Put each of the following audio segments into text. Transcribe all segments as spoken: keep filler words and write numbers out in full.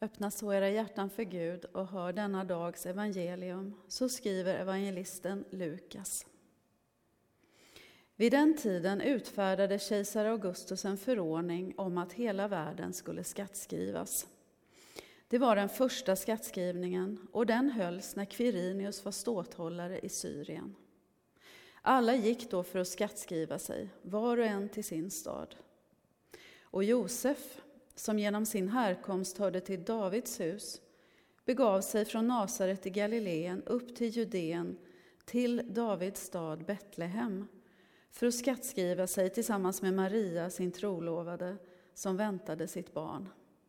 Öppna så era hjärtan för Gud och hör denna dags evangelium, så skriver evangelisten Lukas. Vid den tiden utfärdade kejsar Augustus en förordning om att hela världen skulle skattskrivas. Det var den första skattskrivningen, och den hölls när Quirinius var ståthållare i Syrien. Alla gick då för att skattskriva sig, var och en till sin stad. Och Josef, som genom sin härkomst hörde till Davids hus, begav sig från Nasaret i Galileen upp till Judeen, till Davids stad Betlehem, för att skattskriva sig tillsammans med Maria, sin trolovade, som väntade sitt barn.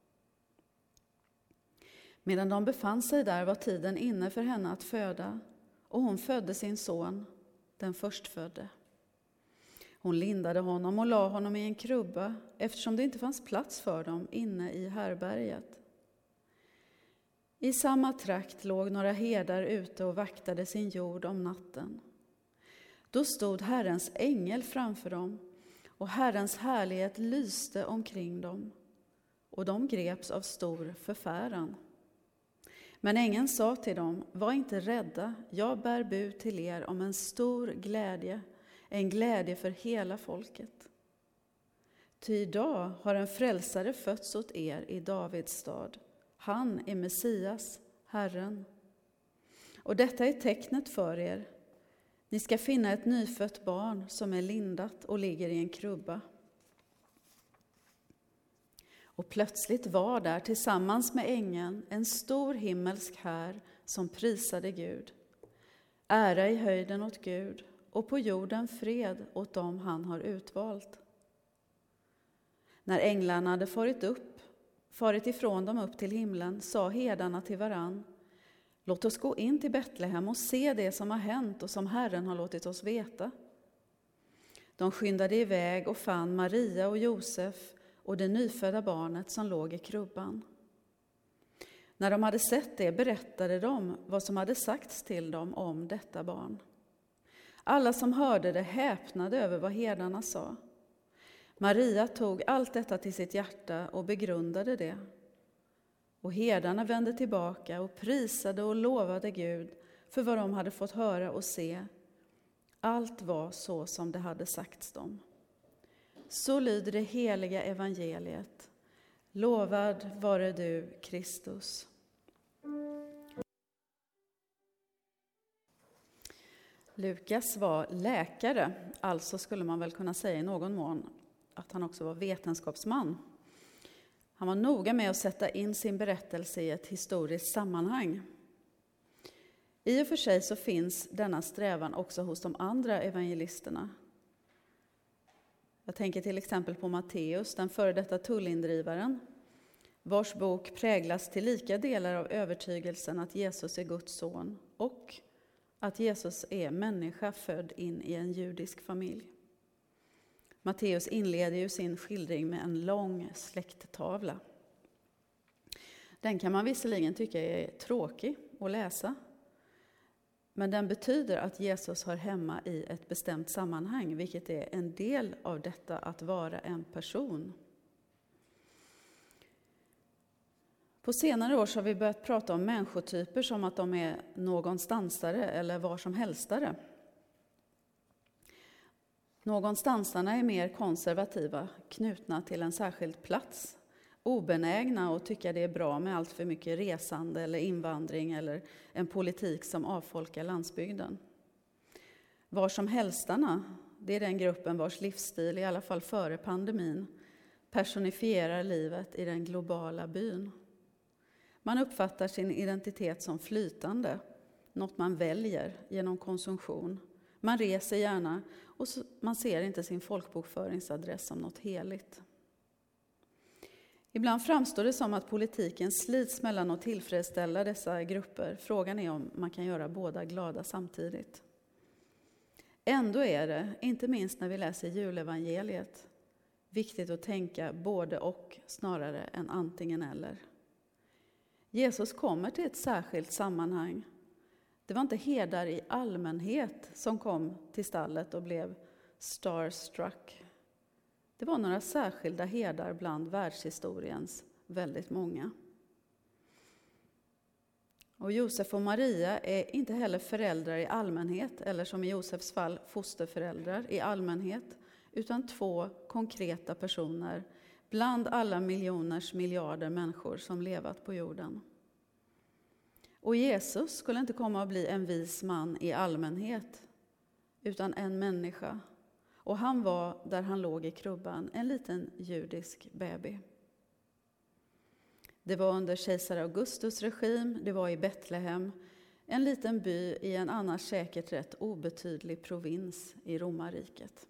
Medan de befann sig där var tiden inne för henne att föda, och hon födde sin son, den förstfödde. Hon lindade honom och la honom i en krubba, eftersom det inte fanns plats för dem inne i härberget. I samma trakt låg några herdar ute och vaktade sin jord om natten. Då stod Herrens ängel framför dem, och Herrens härlighet lyste omkring dem, och de greps av stor förfäran. Men ängeln sa till dem: var inte rädda, jag bär bud till er om en stor glädje, en glädje för hela folket. Ty idag har en frälsare fötts åt er i Davids stad. Han är Messias, Herren. Och detta är tecknet för er. Ni ska finna ett nyfött barn som är lindat och ligger i en krubba. Och plötsligt var där tillsammans med ängeln en stor himmelsk här som prisade Gud. Ära i höjden åt Gud, och på jorden fred åt dem han har utvalt. När änglarna hade farit upp, farit ifrån dem upp till himlen, sa herdarna till varann: låt oss gå in till Betlehem och se det som har hänt och som Herren har låtit oss veta. De skyndade iväg och fann Maria och Josef och det nyfödda barnet som låg i krubban. När de hade sett det berättade de vad som hade sagts till dem om detta barn. Alla som hörde det häpnade över vad herdarna sa. Maria tog allt detta till sitt hjärta och begrundade det. Och herdarna vände tillbaka och prisade och lovade Gud för vad de hade fått höra och se. Allt var så som det hade sagts dem. Så lyder det heliga evangeliet. Lovad vare du, Kristus. Lukas var läkare, alltså skulle man väl kunna säga i någon mån att han också var vetenskapsman. Han var noga med att sätta in sin berättelse i ett historiskt sammanhang. I och för sig så finns denna strävan också hos de andra evangelisterna. Jag tänker till exempel på Matteus, den före detta tullindrivaren, vars bok präglas till lika delar av övertygelsen att Jesus är Guds son och att Jesus är människa född in i en judisk familj. Matteus inleder ju sin skildring med en lång släkttavla. Den kan man visserligen tycka är tråkig att läsa, men den betyder att Jesus hör hemma i ett bestämt sammanhang, vilket är en del av detta att vara en person. På senare år så har vi börjat prata om människotyper som att de är någonstansare eller var som helstare. Någonstansarna är mer konservativa, knutna till en särskild plats, obenägna att tycka det är bra med allt för mycket resande eller invandring eller en politik som avfolkar landsbygden. Var som hälstarna, det är den gruppen vars livsstil, i alla fall före pandemin, personifierar livet i den globala byn. Man uppfattar sin identitet som flytande, något man väljer genom konsumtion. Man reser gärna och man ser inte sin folkbokföringsadress som något heligt. Ibland framstår det som att politiken slits mellan att tillfredsställa dessa grupper. Frågan är om man kan göra båda glada samtidigt. Ändå är det, inte minst när vi läser julevangeliet, viktigt att tänka både och snarare än antingen eller. Jesus kommer till ett särskilt sammanhang. Det var inte herdar i allmänhet som kom till stallet och blev starstruck. Det var några särskilda herdar bland världshistoriens väldigt många. Och Josef och Maria är inte heller föräldrar i allmänhet, eller som i Josefs fall fosterföräldrar i allmänhet, utan två konkreta personer bland alla miljoners miljarder människor som levat på jorden. Och Jesus skulle inte komma att bli en vis man i allmänhet, utan en människa. Och han var, där han låg i krubban, en liten judisk baby. Det var under kejsar Augustus regim, det var i Betlehem, en liten by i en annars säkert rätt obetydlig provins i romarriket.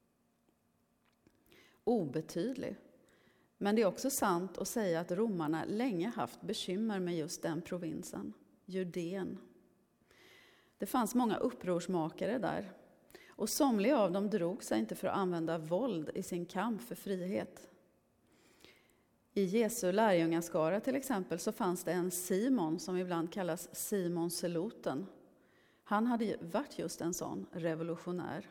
Obetydlig. Men det är också sant att säga att romarna länge haft bekymmer med just den provinsen, Judén. Det fanns många upprorsmakare där, och somliga av dem drog sig inte för att använda våld i sin kamp för frihet. I Jesu lärjungaskara till exempel så fanns det en Simon som ibland kallas Simon Zeloten. Han hade varit just en sån revolutionär.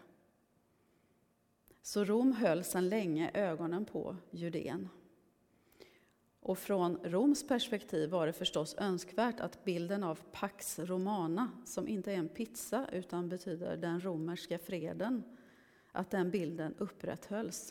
Så Rom höll sedan länge ögonen på Judén. Och från Roms perspektiv var det förstås önskvärt att bilden av Pax Romana, som inte är en pizza utan betyder den romerska freden, att den bilden upprätthölls.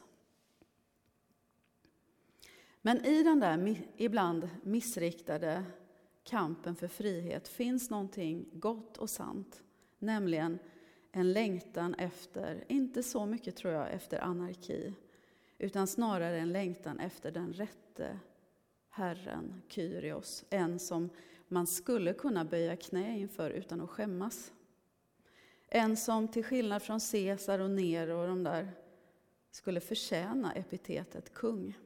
Men i den där ibland missriktade kampen för frihet finns någonting gott och sant, nämligen en längtan efter, inte så mycket tror jag efter anarki, utan snarare en längtan efter den rätte Herren, Kyrios, en som man skulle kunna böja knä inför utan att skämmas. En som till skillnad från Caesar och Nero och de där skulle förtjäna epitetet kung.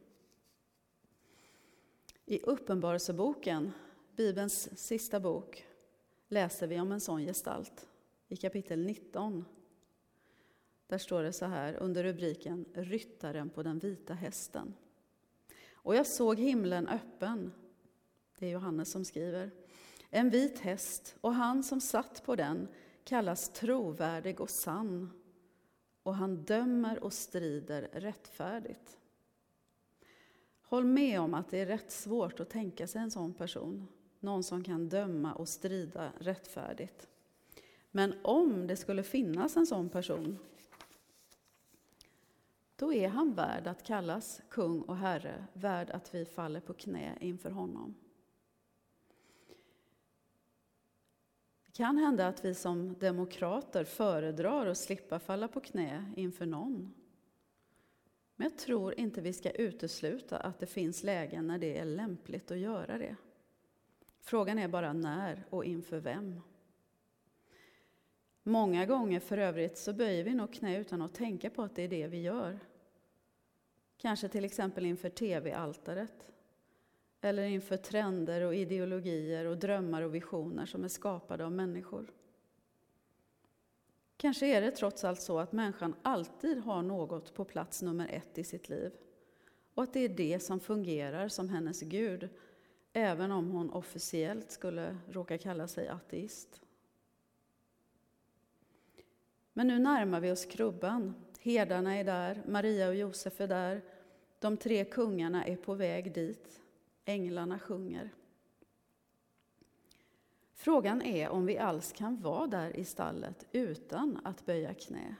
I Uppenbarelseboken, Bibelns sista bok, läser vi om en sån gestalt i kapitel nitton. Där står det så här under rubriken Ryttaren på den vita hästen. Och jag såg himlen öppen, det är Johannes som skriver, en vit häst, och han som satt på den kallas trovärdig och sann, och han dömer och strider rättfärdigt. Håll med om att det är rätt svårt att tänka sig en sån person, någon som kan döma och strida rättfärdigt. Men om det skulle finnas en sån person, då är han värd att kallas kung och herre, värd att vi faller på knä inför honom. Det kan hända att vi som demokrater föredrar att slippa falla på knä inför någon. Men jag tror inte vi ska utesluta att det finns lägen när det är lämpligt att göra det. Frågan är bara när och inför vem. Många gånger för övrigt så böjer vi nog knä utan att tänka på att det är det vi gör. Kanske till exempel inför tv-altaret. Eller inför trender och ideologier och drömmar och visioner som är skapade av människor. Kanske är det trots allt så att människan alltid har något på plats nummer ett i sitt liv. Och att det är det som fungerar som hennes Gud, även om hon officiellt skulle råka kalla sig ateist. Men nu närmar vi oss krubban. Herdarna är där, Maria och Josef är där. De tre kungarna är på väg dit. Änglarna sjunger. Frågan är om vi alls kan vara där i stallet utan att böja knä.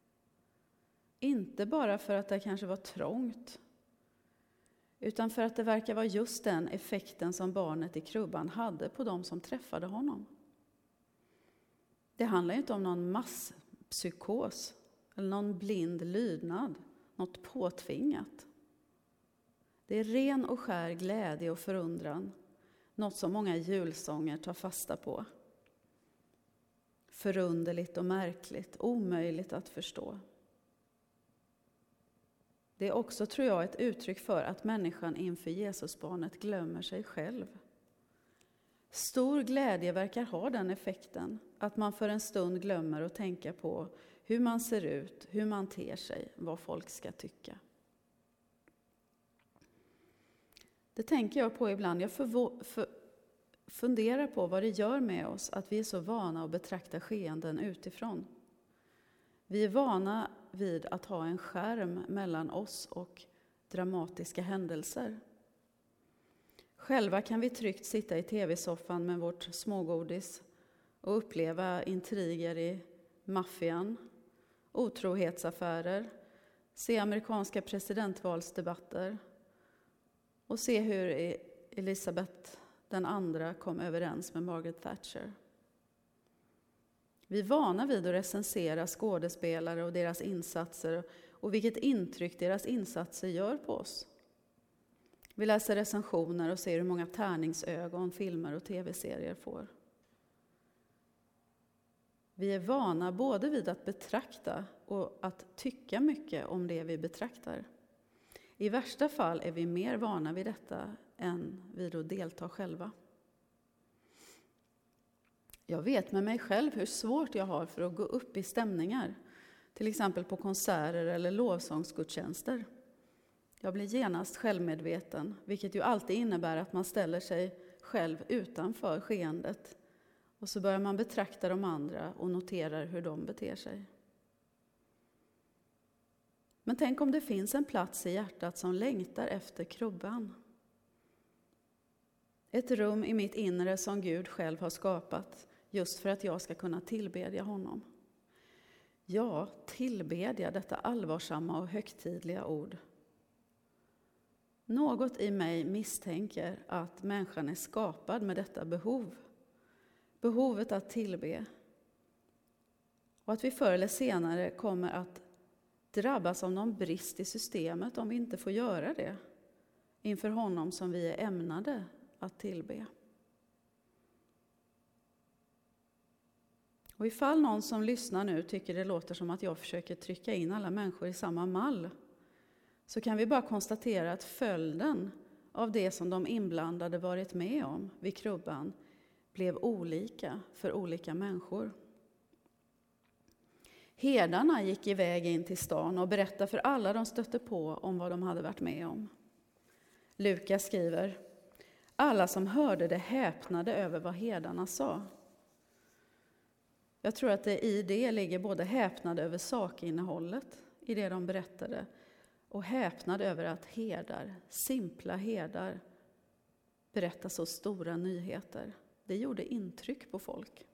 Inte bara för att det kanske var trångt, utan för att det verkar vara just den effekten som barnet i krubban hade på de som träffade honom. Det handlar inte om någon masspsykos eller någon blind lydnad, något påtvingat. Det är ren och skär glädje och förundran, något som många julsånger tar fasta på. Förunderligt och märkligt, omöjligt att förstå. Det är också, tror jag, ett uttryck för att människan inför Jesusbarnet glömmer sig själv. Stor glädje verkar ha den effekten att man för en stund glömmer att tänka på hur man ser ut, hur man ter sig, vad folk ska tycka. Det tänker jag på ibland. Jag förvo- för, funderar på vad det gör med oss att vi är så vana att betrakta skeenden utifrån. Vi är vana vid att ha en skärm mellan oss och dramatiska händelser. Själva kan vi tryggt sitta i tv-soffan med vårt smågodis och uppleva intriger i maffian, otrohetsaffärer, se amerikanska presidentvalsdebatter och se hur Elizabeth den andra kom överens med Margaret Thatcher. Vi är vana vid att recensera skådespelare och deras insatser och vilket intryck deras insatser gör på oss. Vi läser recensioner och ser hur många tärningsögon filmer och tv-serier får. Vi är vana både vid att betrakta och att tycka mycket om det vi betraktar. I värsta fall är vi mer vana vid detta än vid att delta själva. Jag vet med mig själv hur svårt jag har för att gå upp i stämningar, till exempel på konserter eller lovsångsgudstjänster. Jag blir genast självmedveten, vilket ju alltid innebär att man ställer sig själv utanför skeendet. Och så börjar man betrakta de andra och noterar hur de beter sig. Men tänk om det finns en plats i hjärtat som längtar efter krubban. Ett rum i mitt inre som Gud själv har skapat just för att jag ska kunna tillbedja honom. Ja, tillbedja, detta allvarsamma och högtidliga ord. Något i mig misstänker att människan är skapad med detta behov. Behovet att tillbe. Och att vi förr eller senare kommer att drabbas av någon brist i systemet om vi inte får göra det inför honom som vi är ämnade att tillbe. Och ifall någon som lyssnar nu tycker det låter som att jag försöker trycka in alla människor i samma mall, så kan vi bara konstatera att följden av det som de inblandade varit med om vid krubban blev olika för olika människor. Herdarna gick iväg in till stan och berättade för alla de stötte på om vad de hade varit med om. Lukas skriver: alla som hörde det häpnade över vad herdarna sa. Jag tror att det i det ligger både häpnad över sakinnehållet i det de berättade och häpnad över att herdar, simpla herdar, berättar så stora nyheter. Det gjorde intryck på folk.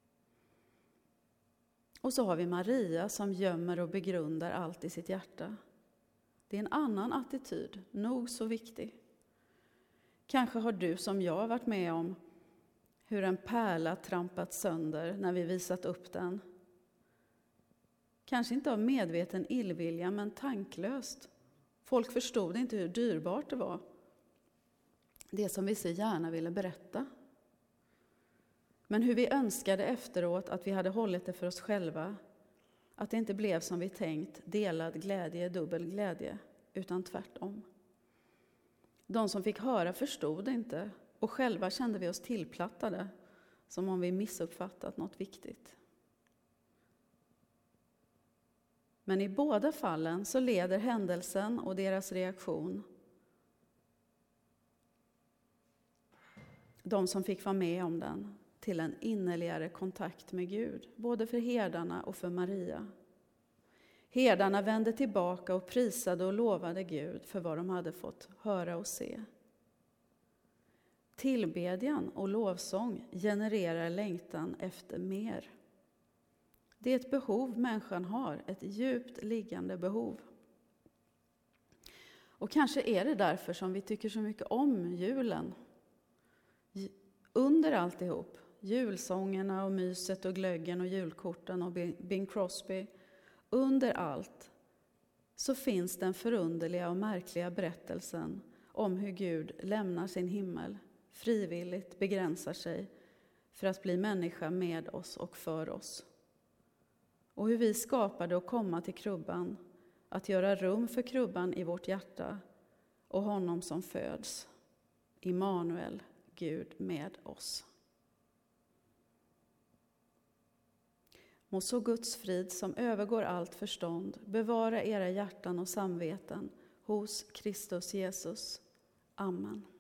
Och så har vi Maria som gömmer och begrundar allt i sitt hjärta. Det är en annan attityd, nog så viktig. Kanske har du som jag varit med om hur en pärla trampat sönder när vi visat upp den. Kanske inte av medveten illvilja, men tanklöst. Folk förstod inte hur dyrbart det var. Det som vi så gärna ville berätta. Men hur vi önskade efteråt att vi hade hållit det för oss själva. Att det inte blev som vi tänkt, delad glädje, dubbel glädje, utan tvärtom. De som fick höra förstod inte, och själva kände vi oss tillplattade, som om vi missuppfattat något viktigt. Men i båda fallen så leder händelsen och deras reaktion, de som fick vara med om den, till en innerligare kontakt med Gud, både för herdarna och för Maria. Herdarna vände tillbaka och prisade och lovade Gud för vad de hade fått höra och se. Tillbedjan och lovsång genererar längtan efter mer. Det är ett behov människan har, ett djupt liggande behov. Och kanske är det därför som vi tycker så mycket om julen. Under alltihop, julsångerna och myset och glöggen och julkorten och Bing Crosby, under allt så finns den förunderliga och märkliga berättelsen om hur Gud lämnar sin himmel, frivilligt begränsar sig för att bli människa med oss och för oss. Och hur vi skapade att komma till krubban, att göra rum för krubban i vårt hjärta och honom som föds, Immanuel, Gud med oss. Må så Guds frid som övergår allt förstånd bevara era hjärtan och samveten hos Kristus Jesus. Amen.